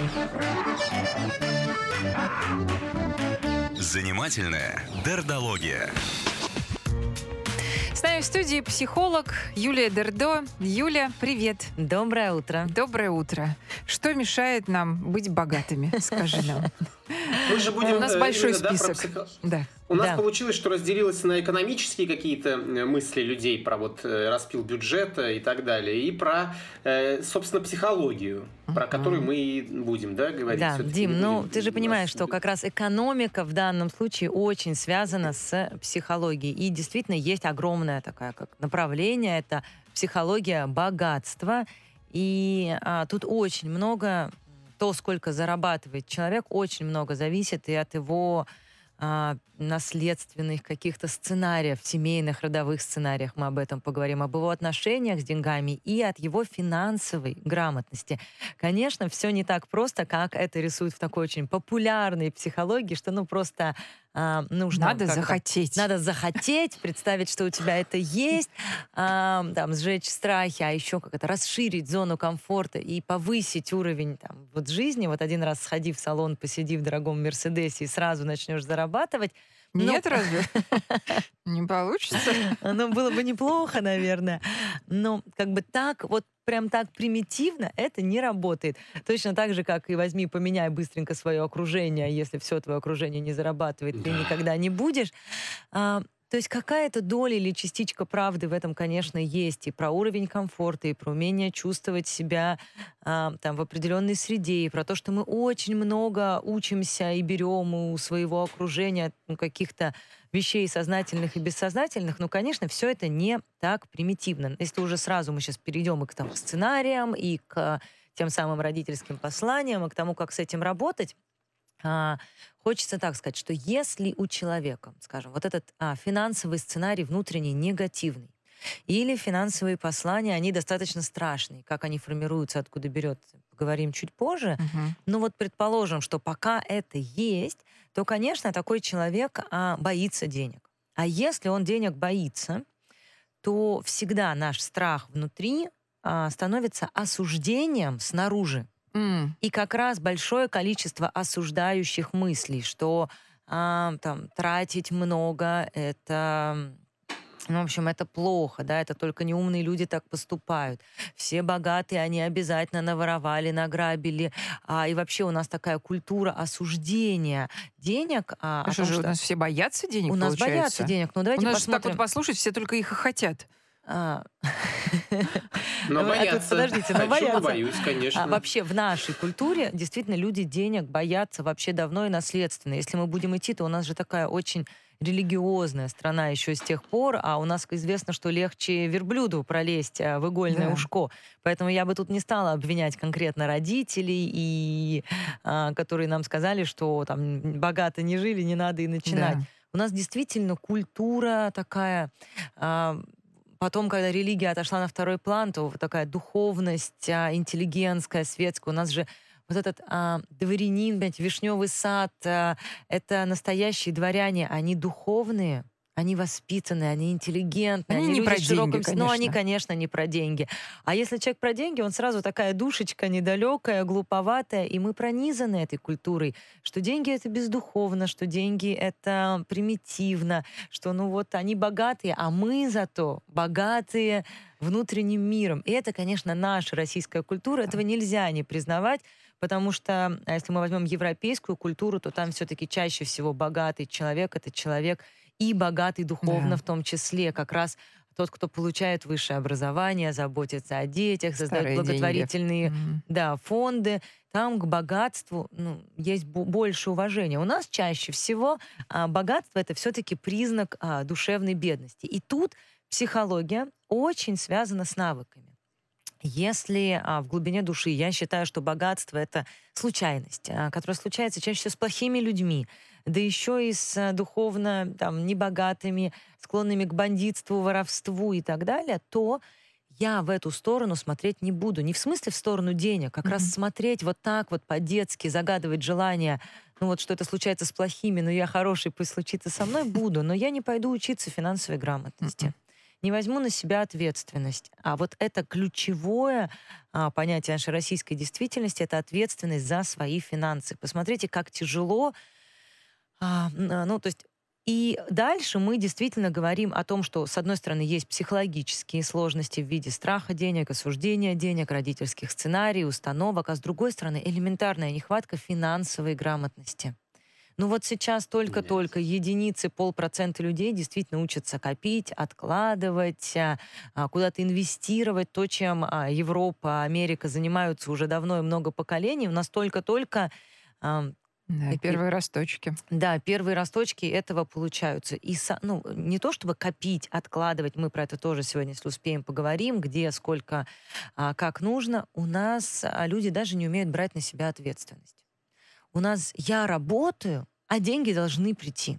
Занимательная дердология. С нами в студии психолог Юлия Дердо. Юля, привет. Доброе утро. Доброе утро. Что мешает нам быть богатыми? Скажи нам. Мы же будем, у нас большой именно, список. Да. У нас получилось, что разделилось на экономические какие-то мысли людей про распил бюджета и так далее, и про, собственно, психологию, про которую мы и будем, говорить. Да, Дим, ты же понимаешь, что как раз экономика в данном случае очень связана с психологией. И действительно есть огромное такое как направление, это психология богатства. И тут очень много, то, сколько зарабатывает человек, очень много зависит и от его наследственных каких-то сценариев, семейных, родовых сценариях, мы об этом поговорим, об его отношениях с деньгами и от его финансовой грамотности. Конечно, все не так просто, как это рисуют в такой очень популярной психологии, что просто нужно... Надо захотеть. Надо захотеть, представить, что у тебя это есть, сжечь страхи, а еще расширить зону комфорта и повысить уровень жизни. Вот один раз сходи в салон, посиди в дорогом Мерседесе и сразу начнешь зарабатывать. Нет, разве? Не получится? Было бы неплохо, наверное. Но прям так примитивно это не работает. Точно так же, как и возьми, поменяй быстренько свое окружение, если все твое окружение не зарабатывает, ты никогда не будешь. То есть какая-то доля или частичка правды в этом, конечно, есть. И про уровень комфорта, и про умение чувствовать себя в определенной среде, и про то, что мы очень много учимся и берем у своего окружения каких-то вещей сознательных и бессознательных. Конечно, все это не так примитивно. Если уже сразу мы сейчас перейдем и к сценариям, и к тем самым родительским посланиям, и к тому, как с этим работать, хочется так сказать, что если у человека, скажем, этот финансовый сценарий внутренний негативный, или финансовые послания, они достаточно страшные, как они формируются, откуда берется, поговорим чуть позже, но предположим, что пока это есть, то, конечно, такой человек боится денег. А если он денег боится, то всегда наш страх внутри становится осуждением снаружи. И как раз большое количество осуждающих мыслей, что тратить много — это... это плохо, это только неумные люди так поступают. Все богатые, они обязательно наворовали, награбили. И вообще у нас такая культура осуждения денег. Что же, у нас все боятся денег, У нас получается? боятся денег. Давайте у нас посмотрим. так послушать, все только их и хотят. Но боятся. Подождите, боятся. Боюсь, конечно. Вообще в нашей культуре действительно люди денег боятся вообще давно и наследственно. Если мы будем идти, то у нас же такая очень религиозная страна еще с тех пор, а у нас известно, что легче верблюду пролезть в игольное ушко. Поэтому я бы тут не стала обвинять конкретно родителей, которые нам сказали, что богато не жили, не надо и начинать. Да. У нас действительно культура такая... Потом, когда религия отошла на второй план, то такая духовность интеллигентская, светская. У нас же этот дворянин, вишневый сад, это настоящие дворяне, они духовные, они воспитанные, они интеллигентные, они не люди про с широким... деньги, конечно. Но они, конечно, не про деньги. А если человек про деньги, он сразу такая душечка недалекая, глуповатая, и мы пронизаны этой культурой, что деньги — это бездуховно, что деньги — это примитивно, что они богатые, а мы зато богатые внутренним миром. И это, конечно, наша российская культура, этого нельзя не признавать, потому что если мы возьмем европейскую культуру, то там все-таки чаще всего богатый человек — это человек и богатый духовно в том числе, как раз тот, кто получает высшее образование, заботится о детях, создает благотворительные фонды. Там к богатству есть больше уважения. У нас чаще всего богатство — это все-таки признак душевной бедности. И тут психология очень связана с навыками. Если в глубине души я считаю, что богатство — это случайность, которая случается чаще всего с плохими людьми, да еще и с духовно небогатыми, склонными к бандитству, воровству и так далее, то я в эту сторону смотреть не буду. Не в смысле в сторону денег, как раз смотреть так по-детски, загадывать желание, что это случается с плохими, но я хороший, пусть случится со мной, буду. Но я не пойду учиться финансовой грамотности. не возьму на себя ответственность. А вот это ключевое понятие нашей российской действительности — это ответственность за свои финансы. Посмотрите, как тяжело. Ну, то есть и дальше мы действительно говорим о том, что, с одной стороны, есть психологические сложности в виде страха денег, осуждения денег, родительских сценариев, установок, а с другой стороны, элементарная нехватка финансовой грамотности. Ну вот сейчас только-только единицы, 0,5% людей действительно учатся копить, откладывать, куда-то инвестировать. То, чем Европа, Америка занимаются уже давно и много поколений, у нас только-только... Да, первые росточки. Да, первые росточки этого получаются. И ну, не то чтобы копить, откладывать, мы про это тоже сегодня, если успеем, поговорим, где, сколько, как нужно. У нас люди даже не умеют брать на себя ответственность. У нас я работаю, а деньги должны прийти.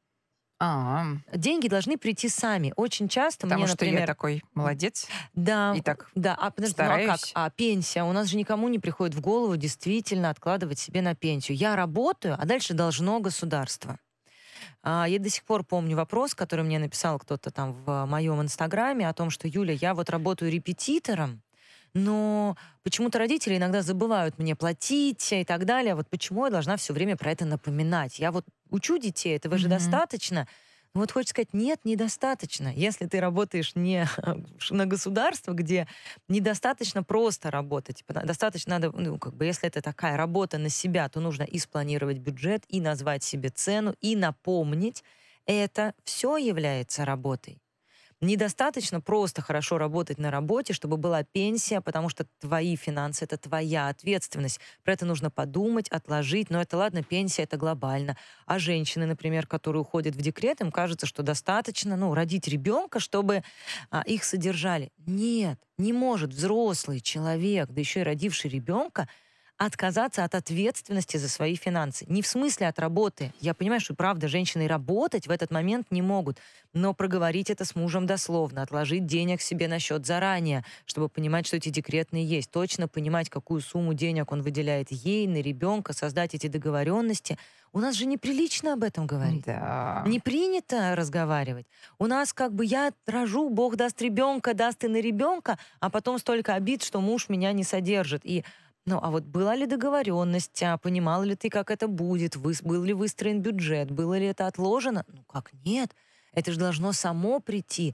Деньги должны прийти сами. Очень часто Потому мне, что например... я такой молодец. Да, и так да. Подожди, стараюсь. Ну а как? А пенсия? У нас же никому не приходит в голову действительно откладывать себе на пенсию. Я работаю, а дальше должно государство. Я до сих пор помню вопрос, который мне написал кто-то там в моем инстаграме о том, что, Юля, я вот работаю репетитором, но почему-то родители иногда забывают мне платить и так далее. Вот почему я должна все время про это напоминать? Я вот учу детей, этого же достаточно. Но вот хочется сказать, нет, недостаточно. Если ты работаешь не на государство, где недостаточно просто работать, достаточно надо, ну, как бы, если это такая работа на себя, то нужно и спланировать бюджет, и назвать себе цену, и напомнить. Это все является работой. Недостаточно просто хорошо работать на работе, чтобы была пенсия, потому что твои финансы — это твоя ответственность. Про это нужно подумать, отложить. Но это ладно, пенсия — это глобально. А женщины, например, которые уходят в декрет, им кажется, что достаточно, ну, родить ребенка, чтобы их содержали. Нет, не может взрослый человек, да еще и родивший ребенка, отказаться от ответственности за свои финансы. Не в смысле от работы. Я понимаю, что, правда, женщины работать в этот момент не могут, но проговорить это с мужем дословно, отложить денег себе на счет заранее, чтобы понимать, что эти декретные есть, точно понимать, какую сумму денег он выделяет ей, на ребенка, создать эти договоренности. У нас же неприлично об этом говорить. Да. Не принято разговаривать. У нас как бы я рожу, Бог даст ребенка, даст и на ребенка, а потом столько обид, что муж меня не содержит. И ну, а вот была ли договоренность, понимала ли ты, как это будет, был ли выстроен бюджет, было ли это отложено? Ну, как нет? Это же должно само прийти.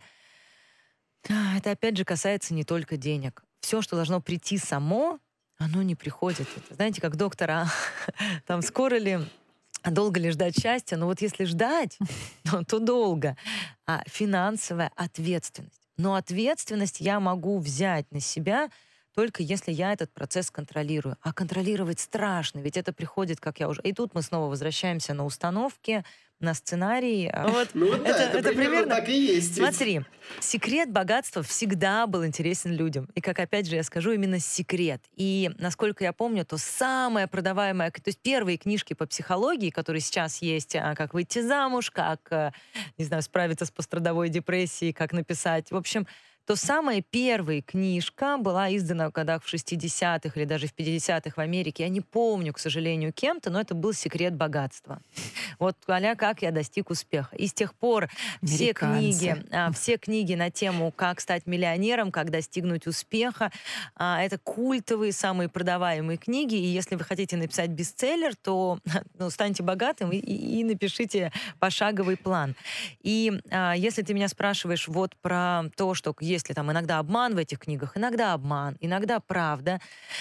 Это, опять же, касается не только денег. Все, что должно прийти само, оно не приходит. Это, знаете, как доктора, там, скоро ли, долго ли ждать счастья? Но вот если ждать, то долго. А финансовая ответственность. Но ответственность я могу взять на себя только если я этот процесс контролирую. А контролировать страшно, ведь это приходит, как я уже... И тут мы снова возвращаемся на установки, на сценарий. Вот Ну вот да, это примерно так и есть. Смотри, секрет богатства всегда был интересен людям. И, как опять же я скажу, именно секрет. И, насколько я помню, то самая продаваемая... То есть первые книжки по психологии, которые сейчас есть, как выйти замуж, как, не знаю, справиться с пострадовой депрессией, как написать... В общем, то самая первая книжка была издана в годах в 60-х или даже в 50-х в Америке. Я не помню, к сожалению, кем-то, но это был «Секрет богатства». Вот а-ля «Как я достиг успеха». И с тех пор все книги на тему «Как стать миллионером», «Как достигнуть успеха» — это культовые, самые продаваемые книги. И если вы хотите написать бестселлер, то станьте богатым и напишите пошаговый план. И если ты меня спрашиваешь вот про то, что есть ли там иногда обман в этих книгах, иногда обман, иногда правда.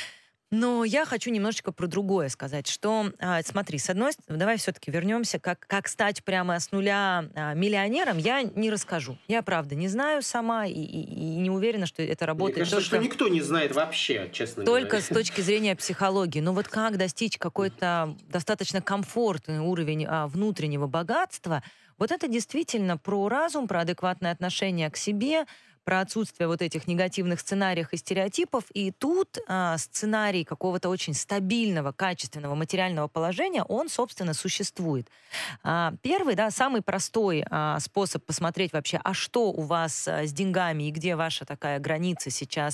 Но я хочу немножечко про другое сказать, что, смотри, с одной стороны, давай все-таки вернемся, как стать прямо с нуля миллионером, я не расскажу. Я, правда, не знаю сама и не уверена, что это работает. Мне кажется, что никто не знает вообще, честно говоря. Только с точки зрения психологии. Но вот как достичь какой-то достаточно комфортный уровень внутреннего богатства, вот это действительно про разум, про адекватное отношение к себе, про отсутствие вот этих негативных сценариев и стереотипов. И тут сценарий какого-то очень стабильного, качественного материального положения, он, собственно, существует. Первый, да, самый простой способ посмотреть вообще, а что у вас с деньгами и где ваша такая граница сейчас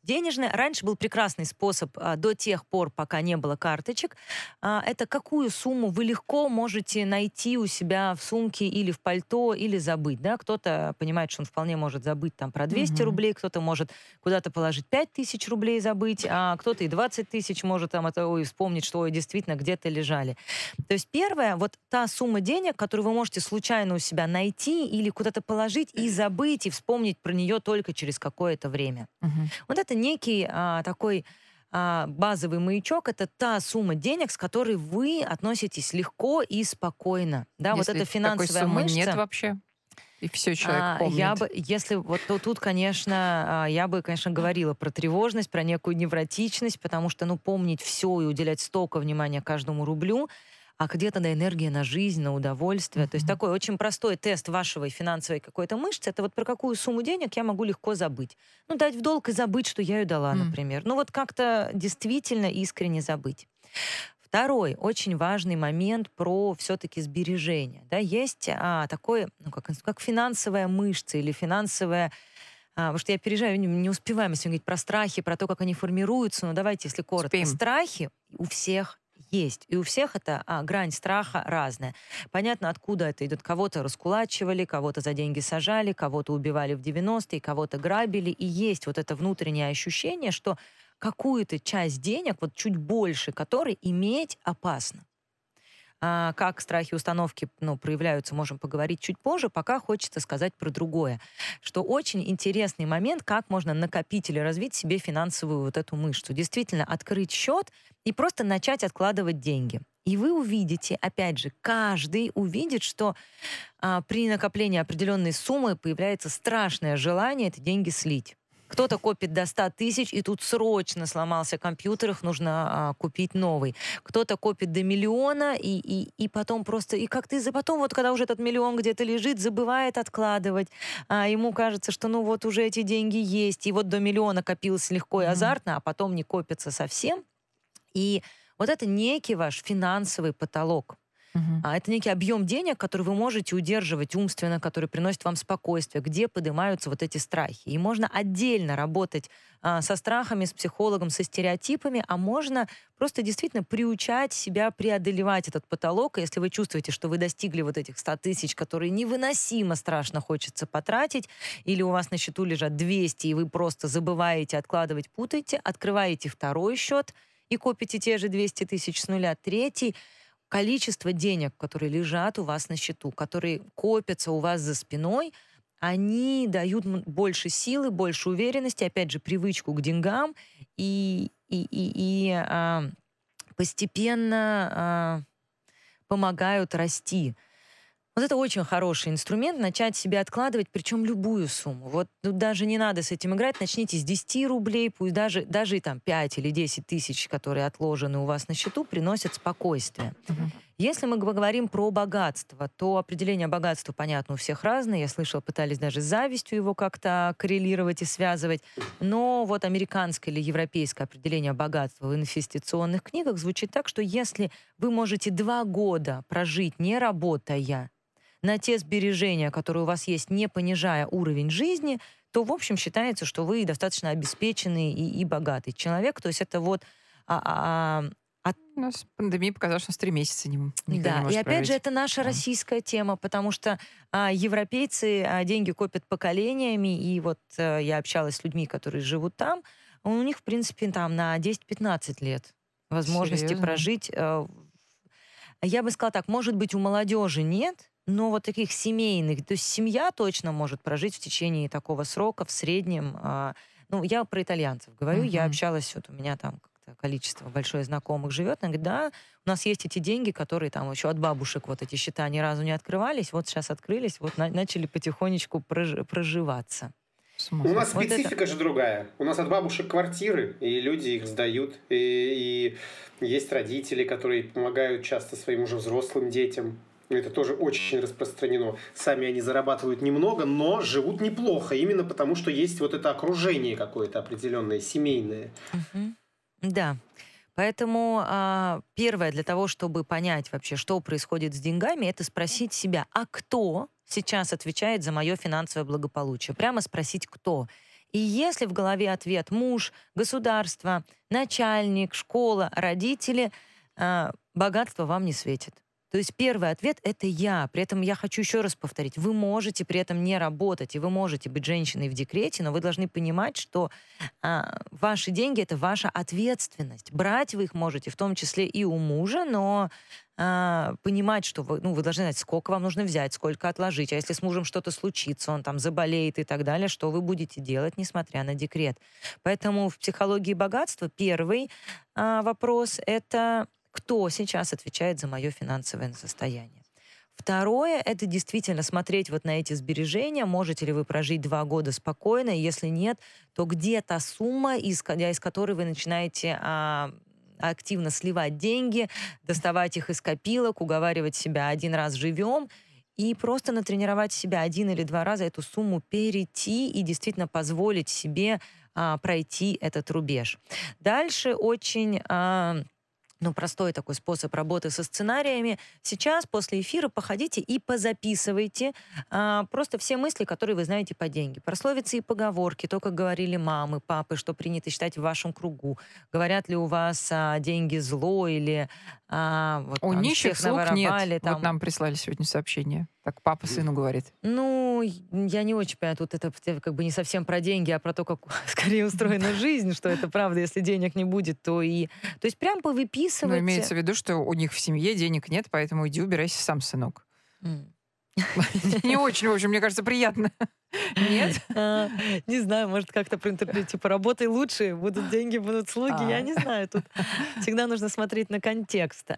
денежная. Раньше был прекрасный способ до тех пор, пока не было карточек. Это какую сумму вы легко можете найти у себя в сумке или в пальто, или забыть. Да? Кто-то понимает, что он вполне может забыть там про 200 рублей, кто-то может куда-то положить 5000 рублей забыть, а кто-то и 20 тысяч может там вспомнить, что действительно где-то лежали. То есть первое, вот та сумма денег, которую вы можете случайно у себя найти или куда-то положить и забыть, и вспомнить про нее только через какое-то время. Вот это некий такой базовый маячок, это та сумма денег, с которой вы относитесь легко и спокойно. Да, Если вот эта финансовая такой суммы мышца. нет вообще, и все человек помнит. Если вот тут, конечно, я бы, конечно, говорила про тревожность, про некую невротичность, потому что, помнить все и уделять столько внимания каждому рублю, а где тогда энергия на жизнь, на удовольствие? То есть такой очень простой тест вашей финансовой какой-то мышцы, это вот про какую сумму денег я могу легко забыть. Дать в долг и забыть, что я ее дала, например. Вот как-то действительно искренне забыть. Второй очень важный момент про все-таки сбережения. Да, есть такой, как финансовая мышца или финансовая. Потому что я опережаю, не успеваем если говорить про страхи, про то, как они формируются. Но давайте, если коротко. Успеем. Страхи у всех есть. И у всех это грань страха разная. Понятно, откуда это идет. Кого-то раскулачивали, кого-то за деньги сажали, кого-то убивали в 90-е, кого-то грабили. И есть вот это внутреннее ощущение, что какую-то часть денег, вот чуть больше которой, иметь опасно. Как страхи и установки проявляются, можем поговорить чуть позже. Пока хочется сказать про другое. Что очень интересный момент, как можно накопить или развить себе финансовую вот эту мышцу. Действительно, открыть счет и просто начать откладывать деньги. И вы увидите, опять же, каждый увидит, что при накоплении определенной суммы появляется страшное желание эти деньги слить. Кто-то копит до 100 тысяч, и тут срочно сломался компьютер, их нужно купить новый. Кто-то копит до миллиона, и потом просто... И как-то потом, вот когда уже этот миллион где-то лежит, забывает откладывать. Ему кажется, что вот уже эти деньги есть. И вот до миллиона копилось легко и азартно, а потом не копится совсем. И вот это некий ваш финансовый потолок. Это некий объем денег, который вы можете удерживать умственно, который приносит вам спокойствие, где поднимаются вот эти страхи. И можно отдельно работать со страхами, с психологом, со стереотипами, а можно просто действительно приучать себя преодолевать этот потолок. И если вы чувствуете, что вы достигли вот этих 100 тысяч, которые невыносимо страшно хочется потратить, или у вас на счету лежат 200, и вы просто забываете откладывать, путаете, открываете второй счет и копите те же 200 тысяч с нуля, третий. Количество денег, которые лежат у вас на счету, которые копятся у вас за спиной, они дают больше силы, больше уверенности, опять же, привычку к деньгам и постепенно помогают расти. Вот это очень хороший инструмент, начать себе откладывать, причем любую сумму. Вот тут даже не надо с этим играть, начните с 10 рублей, пусть даже там 5 или 10 тысяч, которые отложены у вас на счету, приносят спокойствие. Если мы говорим про богатство, то определение богатства, понятно, у всех разное. Я слышала, пытались даже с завистью его как-то коррелировать и связывать. Но вот американское или европейское определение богатства в инвестиционных книгах звучит так, что если вы можете 2 года прожить, не работая, на те сбережения, которые у вас есть, не понижая уровень жизни, то, в общем, считается, что вы достаточно обеспеченный и богатый человек. То есть это вот... У нас пандемия показала, что у нас 3 месяца никто не Да, может и опять прожить. же, это наша российская тема, потому что европейцы деньги копят поколениями, и вот я общалась с людьми, которые живут там, у них, в принципе, там на 10-15 лет возможности Серьезно? прожить. Я бы сказала так, может быть, у молодежи нет, но вот таких семейных, то есть семья точно может прожить в течение такого срока в среднем. Я про итальянцев говорю, я общалась, вот у меня там количество большое знакомых живет, она говорит, да, у нас есть эти деньги, которые там еще от бабушек, вот эти счета ни разу не открывались, вот сейчас открылись, вот начали потихонечку проживаться. У нас Вот специфика же другая. У нас от бабушек квартиры, и люди их сдают. И есть родители, которые помогают часто своим уже взрослым детям. Это тоже очень распространено. Сами они зарабатывают немного, но живут неплохо. Именно потому, что есть вот это окружение какое-то определенное, семейное. Да. Поэтому первое, для того, чтобы понять вообще, что происходит с деньгами, это спросить себя, а кто сейчас отвечает за мое финансовое благополучие? Прямо спросить, кто. И если в голове ответ муж, государство, начальник, школа, родители, богатство вам не светит. То есть первый ответ — это я. При этом я хочу еще раз повторить. Вы можете при этом не работать, и вы можете быть женщиной в декрете, но вы должны понимать, что ваши деньги — это ваша ответственность. Брать вы их можете, в том числе и у мужа, но понимать, что вы должны знать, сколько вам нужно взять, сколько отложить. А если с мужем что-то случится, он там заболеет и так далее, что вы будете делать, несмотря на декрет. Поэтому в психологии богатства первый вопрос — это кто сейчас отвечает за мое финансовое состояние. Второе — это действительно смотреть вот на эти сбережения. Можете ли вы прожить 2 года спокойно? Если нет, то где та сумма, исходя из которой вы начинаете активно сливать деньги, доставать их из копилок, уговаривать себя: 1 раз живем, и просто натренировать себя 1 или 2 раза эту сумму перейти и действительно позволить себе пройти этот рубеж. Дальше очень простой такой способ работы со сценариями. Сейчас, после эфира, походите и позаписывайте просто все мысли, которые вы знаете по деньги. Прословицы и поговорки, то, как говорили мамы, папы, что принято считать в вашем кругу. Говорят ли у вас деньги зло или У нищих слуг нет. Вот нам прислали сегодня сообщение. Так папа сыну говорит. Я не очень понимаю, тут это как бы не совсем про деньги, а про то, как скорее устроена жизнь, что это правда, если денег не будет, то и... То есть прям повыписывать... Но имеется в виду, что у них в семье денег нет, поэтому иди убирайся сам, сынок. Не очень, в общем, мне кажется, приятно. Нет? Не знаю, может, как-то проинтерпретировать, типа, работай лучше, будут деньги, будут слуги, я не знаю. Тут всегда нужно смотреть на контекст.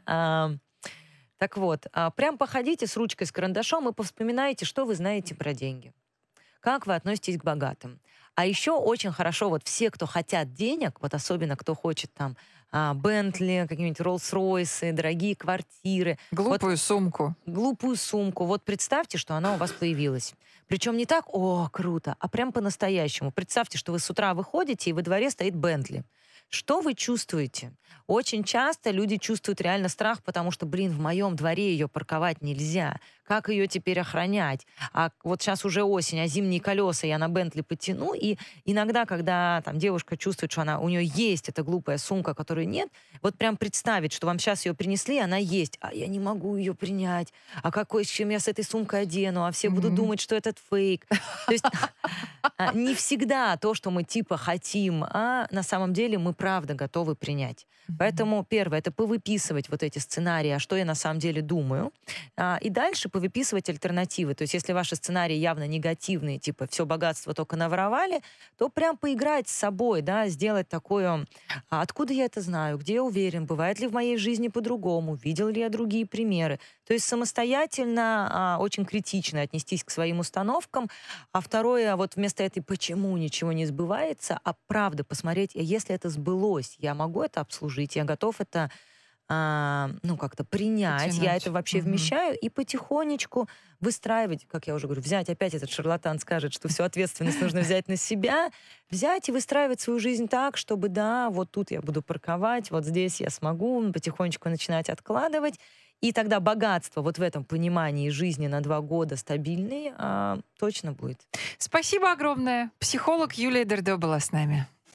Так вот, прям походите с ручкой, с карандашом и повспоминайте, что вы знаете про деньги. Как вы относитесь к богатым. А еще очень хорошо, вот все, кто хотят денег, вот особенно кто хочет там Бентли, какие-нибудь Роллс-Ройсы, дорогие квартиры. Глупую сумку. Глупую сумку. Вот представьте, что она у вас появилась. Причем не так, круто, а прям по-настоящему. Представьте, что вы с утра выходите, и во дворе стоит Бентли. Что вы чувствуете? Очень часто люди чувствуют реально страх, потому что, в моем дворе ее парковать нельзя. Как ее теперь охранять? А вот сейчас уже осень, а зимние колеса я на Бентли потяну. И иногда, когда там девушка чувствует, что у нее есть эта глупая сумка, которой нет, вот прям представить, что вам сейчас ее принесли, она есть, а я не могу ее принять. А с чем я с этой сумкой одену? А все будут думать, что этот фейк. То есть не всегда то, что мы типа хотим, а на самом деле мы правда готовы принять. Поэтому первое — это повыписывать вот эти сценарии, а что я на самом деле думаю. И дальше повыписывать альтернативы. То есть если ваши сценарии явно негативные, типа все богатство только наворовали, то прям поиграть с собой, да, сделать такое: откуда я это знаю, где я уверен, бывает ли в моей жизни по-другому, видел ли я другие примеры. То есть самостоятельно, очень критично отнестись к своим установкам. А второе, вот вместо этой «почему ничего не сбывается», а правда посмотреть, если это сбылось, я могу это обслужить, я готов это как-то принять, я это вообще вмещаю, и потихонечку выстраивать, как я уже говорю, взять, опять этот шарлатан скажет, что всю ответственность нужно взять на себя, взять и выстраивать свою жизнь так, чтобы, вот тут я буду парковать, вот здесь я смогу потихонечку начинать откладывать, и тогда богатство вот в этом понимании жизни на 2 года стабильный точно будет. Спасибо огромное. Психолог Юлия Дердо была с нами.